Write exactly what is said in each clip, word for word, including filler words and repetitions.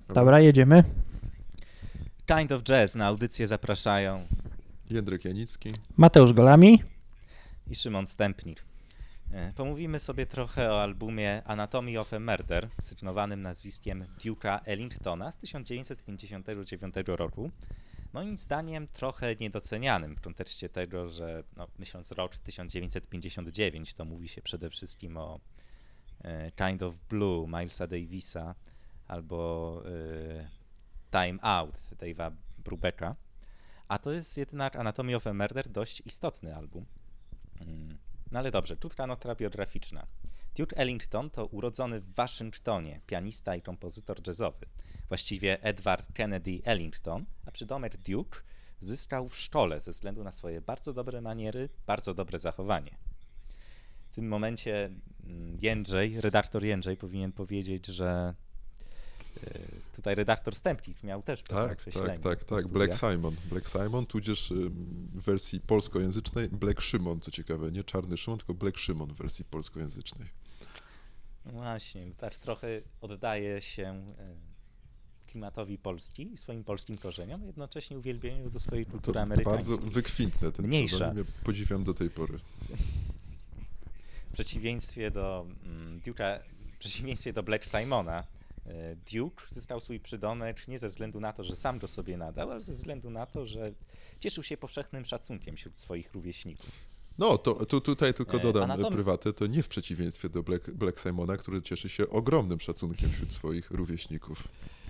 Dobra, jedziemy. Kind of Jazz na audycję zapraszają Jędrek Janicki, Mateusz Golami. i Szymon Stępnik. E, Pomówimy sobie trochę o albumie Anatomy of a Murder, sygnowanym nazwiskiem Duke'a Ellingtona z tysiąc dziewięćset pięćdziesiątego dziewiątego roku. Moim zdaniem trochę niedocenianym w kontekście tego, że no, myśląc rok tysiąc dziewięćset pięćdziesiąty dziewiąty, to mówi się przede wszystkim o e, Kind of Blue Milesa Davisa albo e, Time Out Dave'a Brubecka. A to jest jednak Anatomy of a Murder dość istotny album. No ale dobrze, krótka nota biograficzna. Duke Ellington to urodzony w Waszyngtonie pianista i kompozytor jazzowy. Właściwie Edward Kennedy Ellington, a przydomek Duke zyskał w szkole ze względu na swoje bardzo dobre maniery, bardzo dobre zachowanie. W tym momencie Jędrzej, redaktor Jędrzej powinien powiedzieć, że tutaj redaktor Stępnik miał też pewne tak, określenie. Tak, tak, tak, Black Simon. Black Simon, tudzież w wersji polskojęzycznej Black Szymon, co ciekawe, nie Czarny Szymon, tylko Black Szymon w wersji polskojęzycznej. No właśnie, tak trochę oddaje się klimatowi Polski i swoim polskim korzeniom, jednocześnie uwielbieniu do swojej kultury to amerykańskiej. Bardzo wykwintne ten pseudonim, ja podziwiam do tej pory. W przeciwieństwie do um, Duke'a, w przeciwieństwie do Black Simona, Duke zyskał swój przydomek nie ze względu na to, że sam go sobie nadał, ale ze względu na to, że cieszył się powszechnym szacunkiem wśród swoich rówieśników. No, to, to tutaj tylko dodam Anatom... prywatę, to nie w przeciwieństwie do Black, Black Simona, który cieszy się ogromnym szacunkiem wśród swoich rówieśników.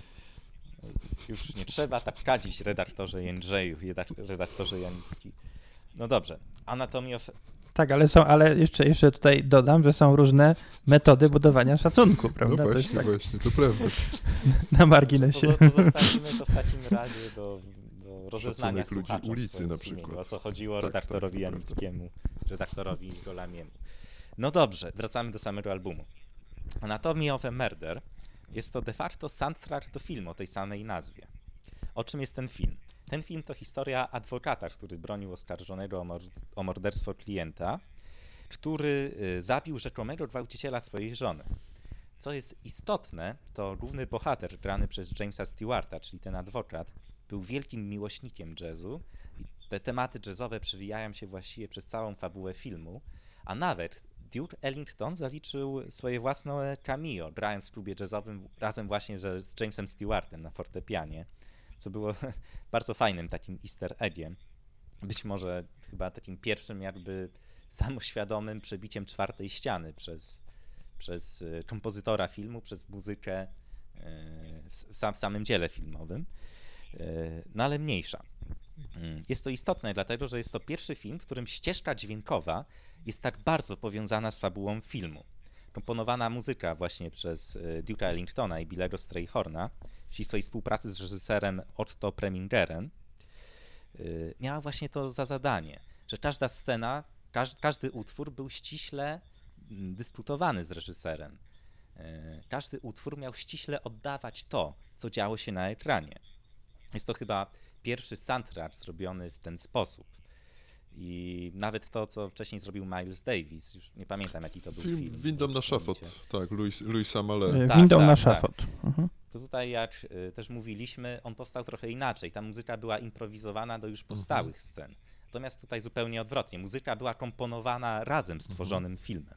Już nie trzeba tak kadzić, redaktorze Jędrzeju, redaktorze Janicki. No dobrze, Anatomy of... Tak, ale są, ale jeszcze, jeszcze tutaj dodam, że są różne metody budowania szacunku, prawda? No właśnie, to jest tak właśnie, to prawda. Na marginesie. Pozostawimy to w takim razie do, do rozeznania Szacunek ludzi ulicy na przykład. O co chodziło tak, redaktorowi tak, Janickiemu, redaktorowi Golamiemu. No dobrze, wracamy do samego albumu. Anatomy of a Murder jest to de facto soundtrack do filmu o tej samej nazwie. O czym jest ten film? Ten film to historia adwokata, który bronił oskarżonego o, mord- o morderstwo klienta, który y, zabił rzekomego gwałciciela swojej żony. Co jest istotne, to główny bohater grany przez Jamesa Stewarta, czyli ten adwokat, był wielkim miłośnikiem jazzu i te tematy jazzowe przewijają się właściwie przez całą fabułę filmu, a nawet Duke Ellington zaliczył swoje własne cameo, grając w klubie jazzowym razem właśnie z Jamesem Stewartem na fortepianie, co było bardzo fajnym takim easter eggiem. Być może chyba takim pierwszym jakby samoświadomym przebiciem czwartej ściany przez, przez kompozytora filmu, przez muzykę w, sam, w samym dziele filmowym. No ale mniejsza. Jest to istotne dlatego, że jest to pierwszy film, w którym ścieżka dźwiękowa jest tak bardzo powiązana z fabułą filmu. Komponowana muzyka właśnie przez Duke'a Ellingtona i Billego Strayhorna w ścisłej współpracy z reżyserem Otto Premingerem miała właśnie to za zadanie, że każda scena, każdy, każdy utwór był ściśle dyskutowany z reżyserem. Każdy utwór miał ściśle oddawać to, co działo się na ekranie. Jest to chyba pierwszy soundtrack zrobiony w ten sposób. I nawet to, co wcześniej zrobił Miles Davis, już nie pamiętam, jaki to był film. Film Windą na szafot, tak, Louis, Louisa Mallet. Tak, Windą tak, na tak, szafot. Tak. Mhm. To tutaj, jak y, też mówiliśmy, on powstał trochę inaczej. Ta muzyka była improwizowana do już powstałych mhm. scen. Natomiast tutaj zupełnie odwrotnie. Muzyka była komponowana razem z tworzonym mhm. filmem.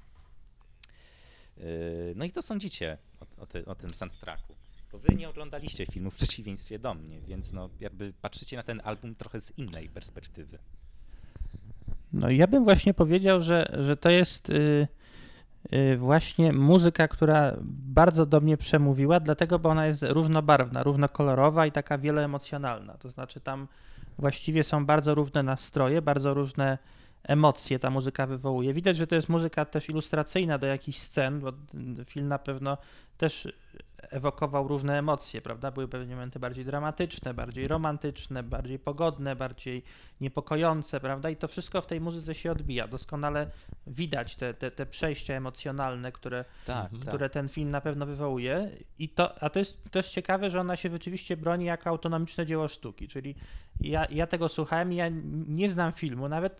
Y, no i co sądzicie o, o, ty, o tym soundtracku? Bo wy nie oglądaliście filmu w przeciwieństwie do mnie, więc no jakby patrzycie na ten album trochę z innej perspektywy. No ja bym właśnie powiedział, że, że to jest y, y, właśnie muzyka, która bardzo do mnie przemówiła, dlatego, bo ona jest różnobarwna, różnokolorowa i taka wieloemocjonalna. To znaczy tam właściwie są bardzo różne nastroje, bardzo różne emocje ta muzyka wywołuje. Widać, że to jest muzyka też ilustracyjna do jakichś scen, bo film na pewno też ewokował różne emocje, prawda? Były pewnie momenty bardziej dramatyczne, bardziej romantyczne, bardziej pogodne, bardziej niepokojące, prawda? I to wszystko w tej muzyce się odbija. Doskonale widać te, te, te przejścia emocjonalne, które, tak, które tak. ten film na pewno wywołuje. I to, a to jest też ciekawe, że ona się rzeczywiście broni jako autonomiczne dzieło sztuki, czyli ja, ja tego słuchałem i ja nie znam filmu, nawet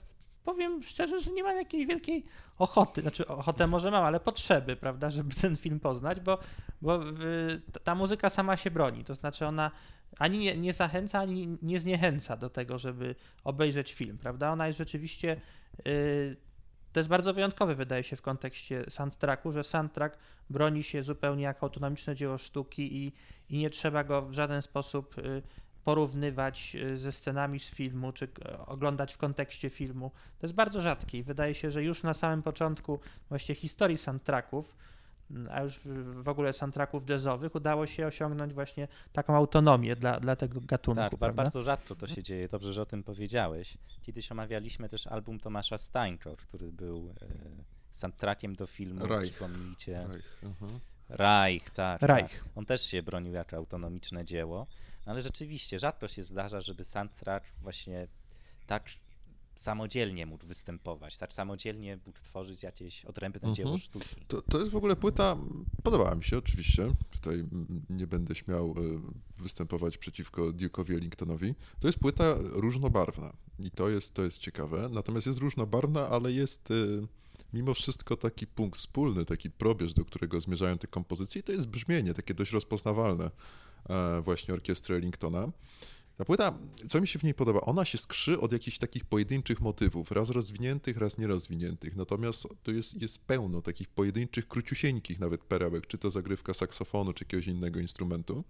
powiem szczerze, że nie mam jakiejś wielkiej ochoty, znaczy ochotę może mam, ale potrzeby, prawda, żeby ten film poznać, bo, bo y, ta muzyka sama się broni, to znaczy ona ani nie, nie zachęca, ani nie zniechęca do tego, żeby obejrzeć film, prawda, ona jest rzeczywiście, y, to jest bardzo wyjątkowe, wydaje się, w kontekście soundtracku, że soundtrack broni się zupełnie jako autonomiczne dzieło sztuki i, i nie trzeba go w żaden sposób y, porównywać ze scenami z filmu, czy oglądać w kontekście filmu. To jest bardzo rzadkie i wydaje się, że już na samym początku właściwie historii soundtracków, a już w ogóle soundtracków jazzowych, udało się osiągnąć właśnie taką autonomię dla, dla tego gatunku. Tak, prawda? bardzo rzadko to się dzieje. Dobrze, że o tym powiedziałeś. Kiedyś omawialiśmy też album Tomasza Stańko, który był e, soundtrackiem do filmu, Reich. przypomnijcie. Reich, uh-huh. Reich, tak, Reich. tak. On też się bronił jako autonomiczne dzieło, no ale rzeczywiście rzadko się zdarza, żeby soundtrack właśnie tak samodzielnie mógł występować, tak samodzielnie mógł tworzyć jakieś odrębne Mhm. dzieło sztuki. To, to jest w ogóle płyta, podobała mi się oczywiście, tutaj nie będę śmiał występować przeciwko Duke'owi Ellingtonowi. To jest płyta różnobarwna i to jest, to jest ciekawe, natomiast jest różnobarwna, ale jest mimo wszystko taki punkt wspólny, taki probierz, do którego zmierzają te kompozycje i to jest brzmienie takie dość rozpoznawalne właśnie orkiestry Ellingtona. Ta płyta, co mi się w niej podoba, ona się skrzy od jakichś takich pojedynczych motywów, raz rozwiniętych, raz nierozwiniętych, natomiast to jest, jest pełno takich pojedynczych, króciusieńkich nawet perełek, czy to zagrywka saksofonu, czy jakiegoś innego instrumentu.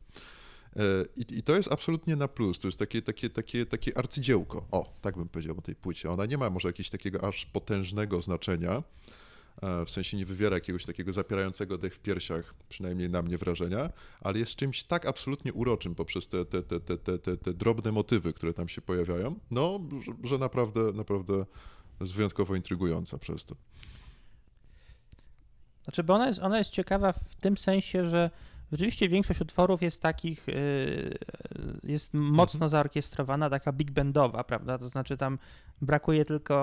I, i to jest absolutnie na plus, to jest takie, takie, takie, takie arcydziełko, o, tak bym powiedział o tej płycie. Ona nie ma może jakiegoś takiego aż potężnego znaczenia, w sensie nie wywiera jakiegoś takiego zapierającego dech w piersiach, przynajmniej na mnie wrażenia, ale jest czymś tak absolutnie uroczym poprzez te, te, te, te, te, te, te drobne motywy, które tam się pojawiają, no, że, że naprawdę, naprawdę jest wyjątkowo intrygująca przez to. Znaczy, bo ona jest, ona jest ciekawa w tym sensie, że rzeczywiście większość utworów jest takich, jest mocno zaorkiestrowana, taka big bandowa, prawda? To znaczy tam brakuje tylko,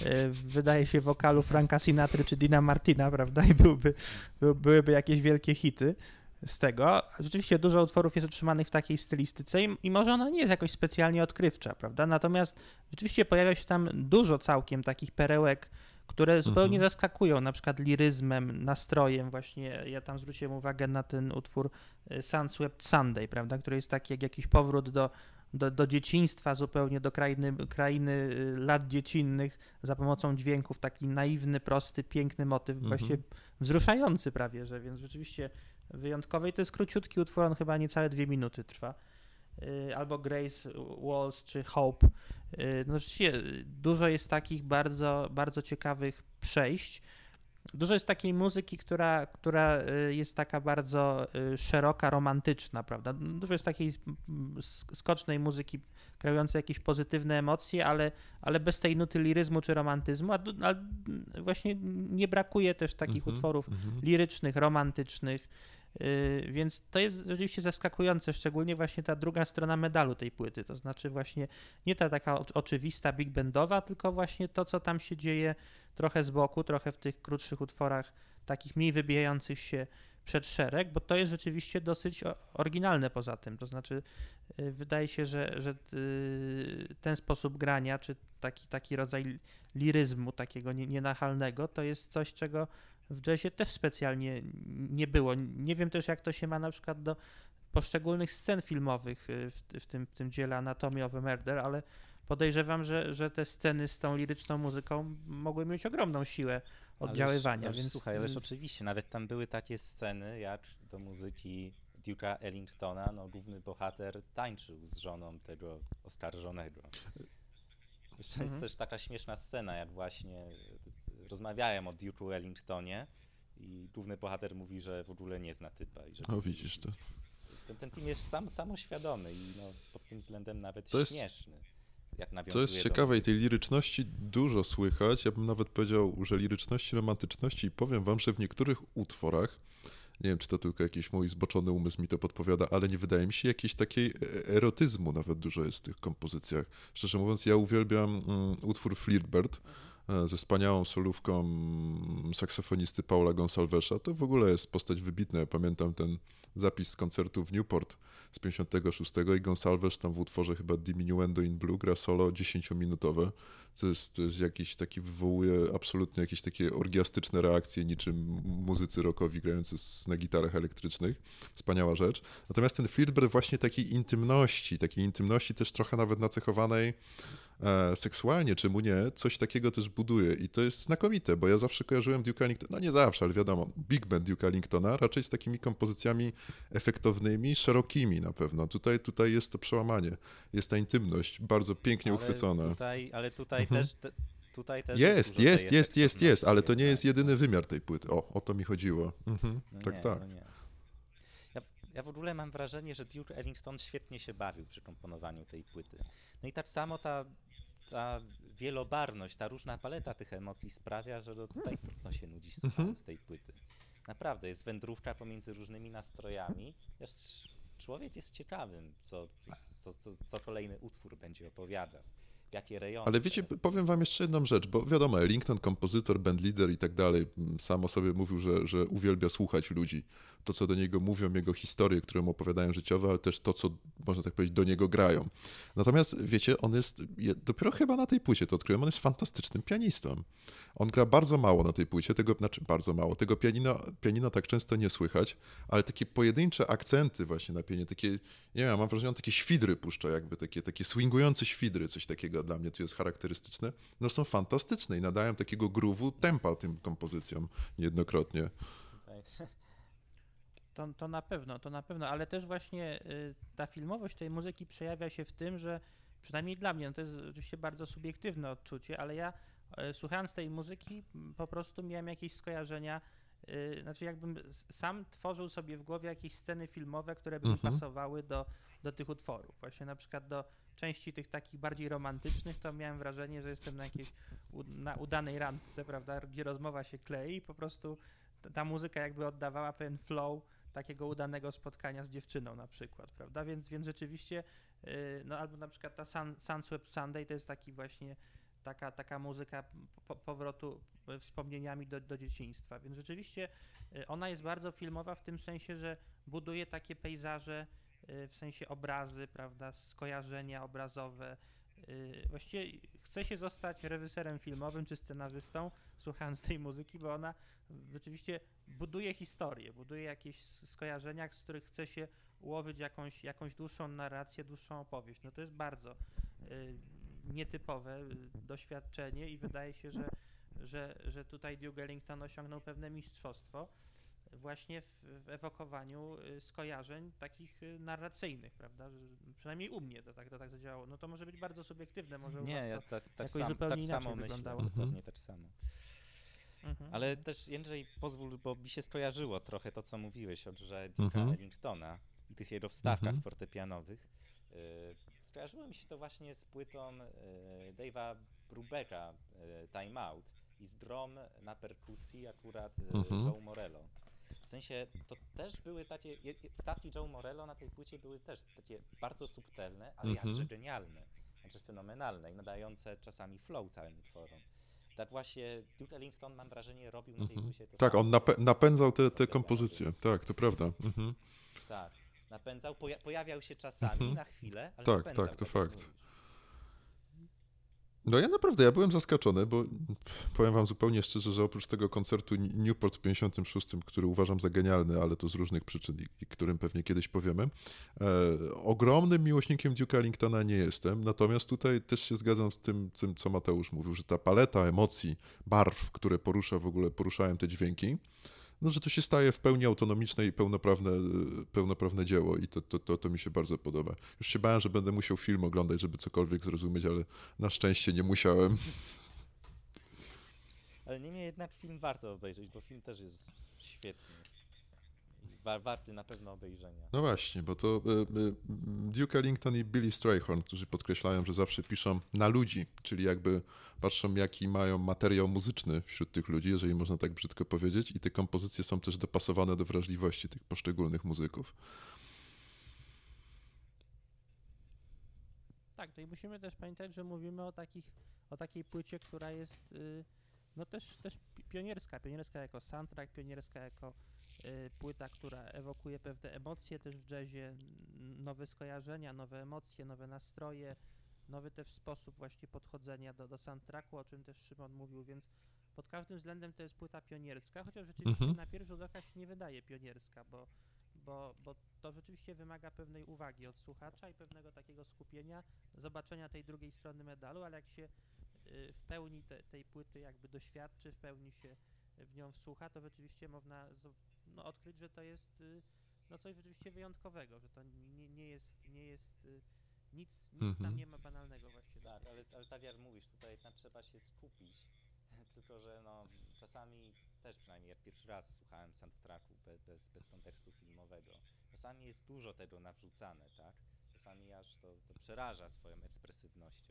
wydaje się, wokalu Franka Sinatry czy Dina Martina, prawda? I byłby, byłyby jakieś wielkie hity z tego. Rzeczywiście dużo utworów jest utrzymanych w takiej stylistyce i, i może ona nie jest jakoś specjalnie odkrywcza, prawda? Natomiast rzeczywiście pojawia się tam dużo całkiem takich perełek, które zupełnie mhm. zaskakują, na przykład liryzmem, nastrojem właśnie. Ja tam zwróciłem uwagę na ten utwór Sunswept Sunday, prawda, który jest taki jak jakiś powrót do, do, do dzieciństwa, zupełnie do krainy, krainy lat dziecinnych za pomocą dźwięków, taki naiwny, prosty, piękny motyw, mhm. właściwie wzruszający prawie, że więc rzeczywiście wyjątkowy i to jest króciutki utwór, on chyba niecałe dwie minuty trwa. Albo Grace Walls czy Hope. No rzeczywiście dużo jest takich bardzo, bardzo ciekawych przejść. Dużo jest takiej muzyki, która, która jest taka bardzo szeroka, romantyczna, prawda? Dużo jest takiej skocznej muzyki kreującej jakieś pozytywne emocje, ale, ale bez tej nuty liryzmu czy romantyzmu, a, a właśnie nie brakuje też takich mm-hmm, utworów mm-hmm. lirycznych, romantycznych. Yy, więc to jest rzeczywiście zaskakujące, szczególnie właśnie ta druga strona medalu tej płyty, to znaczy właśnie nie ta taka o, oczywista big bandowa, tylko właśnie to, co tam się dzieje trochę z boku, trochę w tych krótszych utworach, takich mniej wybijających się przed szereg, bo to jest rzeczywiście dosyć oryginalne poza tym, to znaczy yy, wydaje się, że, że yy, ten sposób grania, czy taki, taki rodzaj liryzmu, takiego nie, nienachalnego, to jest coś, czego w jazzie też specjalnie nie było. Nie wiem też, jak to się ma na przykład do poszczególnych scen filmowych w, w, tym, w tym dziele Anatomy of a Murder, ale podejrzewam, że, że te sceny z tą liryczną muzyką mogły mieć ogromną siłę oddziaływania. Ależ, więc... Słuchaj, ależ oczywiście, nawet tam były takie sceny, jak do muzyki Duke'a Ellingtona, no główny bohater tańczył z żoną tego oskarżonego. Jeszcze jest mhm. też taka śmieszna scena, jak właśnie rozmawiałem o Duke'u Ellingtonie i główny bohater mówi, że w ogóle nie zna typa. I że o, widzisz to. Ten, ten film jest sam, samoświadomy i no, pod tym względem nawet to jest, śmieszny. Jak to jest ciekawe i tej liryczności dużo słychać. Ja bym nawet powiedział, że liryczności, romantyczności i powiem wam, że w niektórych utworach, nie wiem, czy to tylko jakiś mój zboczony umysł mi to podpowiada, ale nie wydaje mi się, jakiejś takiej erotyzmu nawet dużo jest w tych kompozycjach. Szczerze mówiąc, ja uwielbiam um, utwór Flirtbird, ze wspaniałą solówką saksofonisty Paula Gonsalvesa. To w ogóle jest postać wybitna. Ja pamiętam ten zapis z koncertu w Newport z pięćdziesiątego szóstego i Gonsalves tam w utworze chyba Diminuendo in Blue gra solo dziesięciominutowe. To jest, to jest jakiś taki, wywołuje absolutnie jakieś takie orgiastyczne reakcje niczym muzycy rockowi grający na gitarach elektrycznych. Wspaniała rzecz. Natomiast ten Fieldbird właśnie takiej intymności, takiej intymności też trochę nawet nacechowanej e, seksualnie, czemu nie, coś takiego też buduje i to jest znakomite, bo ja zawsze kojarzyłem Duke'a Ellingtona, no nie zawsze, ale wiadomo, Big Band Duke'a Ellingtona raczej z takimi kompozycjami efektownymi, szerokimi na pewno. Tutaj, tutaj jest to przełamanie, jest ta intymność, bardzo pięknie ale uchwycona. Tutaj, ale tutaj mhm. też... Te, tutaj też jest, jest, jest, jest, jest, jest, ale to nie jednak. jest jedyny wymiar tej płyty. O, o to mi chodziło. Mhm. No tak, nie, tak. No nie. Ja, ja w ogóle mam wrażenie, że Duke Ellington świetnie się bawił przy komponowaniu tej płyty. No i tak samo ta, ta wielobarwność, ta różna paleta tych emocji sprawia, że no tutaj trudno się nudzić słuchając tej płyty. Naprawdę, jest wędrówka pomiędzy różnymi nastrojami. Też człowiek jest ciekawym, co, co, co, co kolejny utwór będzie opowiadał. Jakie rejony. Ale wiecie, powiem wam jeszcze jedną rzecz, bo wiadomo, Ellington, kompozytor, bandleader i tak dalej, sam o sobie mówił, że, że uwielbia słuchać ludzi. To, co do niego mówią, jego historie, które mu opowiadają życiowe, ale też to, co, można tak powiedzieć, do niego grają. Natomiast, wiecie, on jest, dopiero chyba na tej płycie to odkryłem, on jest fantastycznym pianistą. On gra bardzo mało na tej płycie, tego, znaczy bardzo mało, tego pianino, pianino tak często nie słychać, ale takie pojedyncze akcenty właśnie na pianinie, takie, nie wiem, mam wrażenie, on takie świdry puszcza jakby, takie, takie swingujące świdry, coś takiego dla mnie tu jest charakterystyczne, no są fantastyczne i nadają takiego groove'u, tempa tym kompozycjom niejednokrotnie. To, to na pewno, to na pewno, ale też właśnie y, ta filmowość tej muzyki przejawia się w tym, że przynajmniej dla mnie, no to jest oczywiście bardzo subiektywne odczucie, ale ja y, słuchając tej muzyki po prostu miałem jakieś skojarzenia, y, znaczy jakbym sam tworzył sobie w głowie jakieś sceny filmowe, które by mi Mhm. pasowały do, do tych utworów. Właśnie na przykład do części tych takich bardziej romantycznych, to miałem wrażenie, że jestem na jakiejś u, na udanej randce, prawda, gdzie rozmowa się klei i po prostu ta, ta muzyka jakby oddawała pewien flow takiego udanego spotkania z dziewczyną na przykład, prawda, więc, więc rzeczywiście, yy, no albo na przykład ta Sun, Sunswept Sunday to jest taki właśnie taka, taka muzyka po, powrotu wspomnieniami do, do dzieciństwa, więc rzeczywiście yy, ona jest bardzo filmowa w tym sensie, że buduje takie pejzaże, yy, w sensie obrazy, prawda, skojarzenia obrazowe. Yy, właściwie chce się zostać reżyserem filmowym czy scenarzystą, słuchając tej muzyki, bo ona rzeczywiście buduje historię, buduje jakieś skojarzenia, z których chce się ułożyć jakąś, jakąś dłuższą narrację, dłuższą opowieść. No to jest bardzo y, nietypowe y, doświadczenie i wydaje się, że, że, że tutaj Duke Ellington osiągnął pewne mistrzostwo właśnie w, w ewokowaniu y, skojarzeń takich y, narracyjnych, prawda? Że, przynajmniej u mnie to tak, to tak zadziałało. No to może być bardzo subiektywne, może u Nie, was ja to ta, ta, jakoś sam, zupełnie tak inaczej samo wyglądało. myślę, dokładnie tak samo. Mhm. Ale też, Jędrzej, pozwól, bo mi się skojarzyło trochę to, co mówiłeś o Duke'a Mhm. Ellingtona i tych jego wstawkach Mhm. fortepianowych. Yy, skojarzyło mi się to właśnie z płytą yy, Dave'a Brubecka, yy, Time Out i z grom na perkusji akurat yy, Mhm. Joe Morello. W sensie to też były takie, je- je- wstawki Joe Morello na tej płycie były też takie bardzo subtelne, ale Mhm. jakże genialne, jakże fenomenalne i nadające czasami flow całym utworom. Tak właśnie Duke Ellington, mam wrażenie, robił na tej Mhm. płycie to Tak, samo, on co nape- z napędzał te, te fortepianowych. kompozycje, tak, to prawda. Mhm. Tak, napędzał, poja- pojawiał się czasami Mhm. na chwilę, ale Tak, napędzał, tak, to jak fakt. mówisz. No ja naprawdę, ja byłem zaskoczony, bo powiem wam zupełnie szczerze, że oprócz tego koncertu Newport w pięćdziesiątym szóstym, który uważam za genialny, ale to z różnych przyczyn i, i którym pewnie kiedyś powiemy, e, ogromnym miłośnikiem Duke'a Ellingtona nie jestem, natomiast tutaj też się zgadzam z tym, tym, co Mateusz mówił, że ta paleta emocji, barw, które porusza w ogóle, poruszają te dźwięki, no, że to się staje w pełni autonomiczne i pełnoprawne, pełnoprawne dzieło i to, to, to, to mi się bardzo podoba. Już się bałem, że będę musiał film oglądać, żeby cokolwiek zrozumieć, ale na szczęście nie musiałem. Ale niemniej jednak film warto obejrzeć, bo film też jest świetny. Wa- warty na pewno obejrzenia. No właśnie, bo to y, y, Duke Ellington i Billy Strayhorn, którzy podkreślają, że zawsze piszą na ludzi, czyli jakby patrzą, jaki mają materiał muzyczny wśród tych ludzi, jeżeli można tak brzydko powiedzieć, i te kompozycje są też dopasowane do wrażliwości tych poszczególnych muzyków. Tak, to i musimy też pamiętać, że mówimy o takich o takiej płycie, która jest y, no też, też pionierska, pionierska jako soundtrack, pionierska jako y, płyta, która ewokuje pewne emocje też w jazzie, nowe skojarzenia, nowe emocje, nowe nastroje, nowy też sposób właśnie podchodzenia do, do soundtracku, o czym też Szymon mówił, więc pod każdym względem to jest płyta pionierska, chociaż rzeczywiście Mhm. na pierwszy rzut oka się nie wydaje pionierska, bo, bo, bo to rzeczywiście wymaga pewnej uwagi od słuchacza i pewnego takiego skupienia, zobaczenia tej drugiej strony medalu, ale jak się y, w pełni te, tej płyty jakby doświadczy, w pełni się w nią wsłucha, to rzeczywiście można zo- no, odkryć, że to jest y, no, coś rzeczywiście wyjątkowego, że to nie, nie jest, nie jest y, nic, nic tam Mhm. nie ma banalnego właśnie. Tak, ale, ale tak jak mówisz, tutaj jednak trzeba się skupić, tylko że no czasami też przynajmniej jak pierwszy raz słuchałem soundtracku bez, bez, bez kontekstu filmowego, czasami jest dużo tego nawrzucane, tak? Czasami aż to, to przeraża swoją ekspresywnością.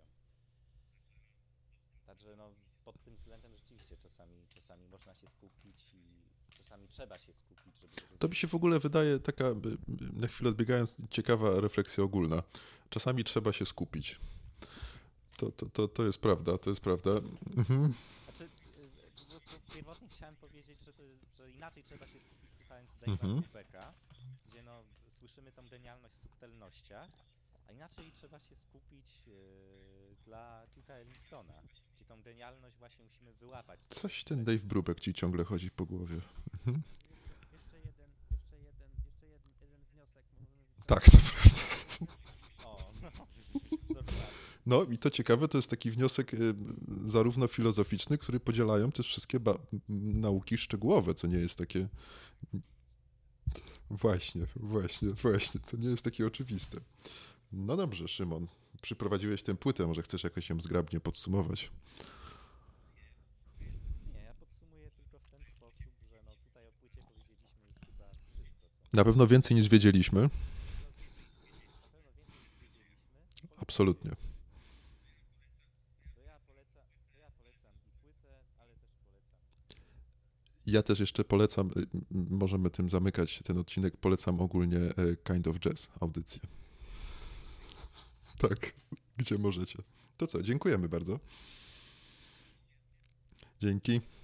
Także no pod tym względem rzeczywiście czasami, czasami można się skupić i czasami trzeba się skupić, żeby zrozumieć. To mi się w ogóle wydaje taka, y, na chwilę odbiegając, ciekawa refleksja ogólna. Czasami trzeba się skupić. To, to, to, to jest prawda, to jest prawda. Mhm. Znaczy, y, bo, bo pierwotnie chciałem powiedzieć, że, to jest, że inaczej trzeba się skupić słuchając Dave'a Mhm. Brubecka, gdzie no, słyszymy tą genialność w subtelnościach, a inaczej trzeba się skupić y, dla Duke'a Ellingtona, gdzie tą genialność właśnie musimy wyłapać. z tego Coś ten tekstu. Dave Brubeck ci ciągle chodzi po głowie. Mhm. Jeszcze, jeszcze jeden, jeszcze jeden, jeszcze jeden, jeden wniosek możemy wyciągnąć. Tak, to prawda. O, no, dokładnie. No i to ciekawe, to jest taki wniosek y, zarówno filozoficzny, który podzielają też wszystkie ba- nauki szczegółowe, co nie jest takie... Właśnie, właśnie, właśnie, to nie jest takie oczywiste. No dobrze, Szymon, przyprowadziłeś tę płytę, może chcesz jakoś ją zgrabnie podsumować? Nie, ja podsumuję tylko w ten sposób, że no tutaj o płycie powiedzieliśmy już chyba wszystko, co Na pewno więcej niż wiedzieliśmy. na pewno więcej niż wiedzieliśmy. Absolutnie. To ja polecam, to ja polecam i płytę, ale też polecam. Ja też jeszcze polecam, y, m, możemy tym zamykać ten odcinek, polecam ogólnie y, Kind of Jazz audycję. Tak, gdzie możecie. To co, dziękujemy bardzo. Dzięki.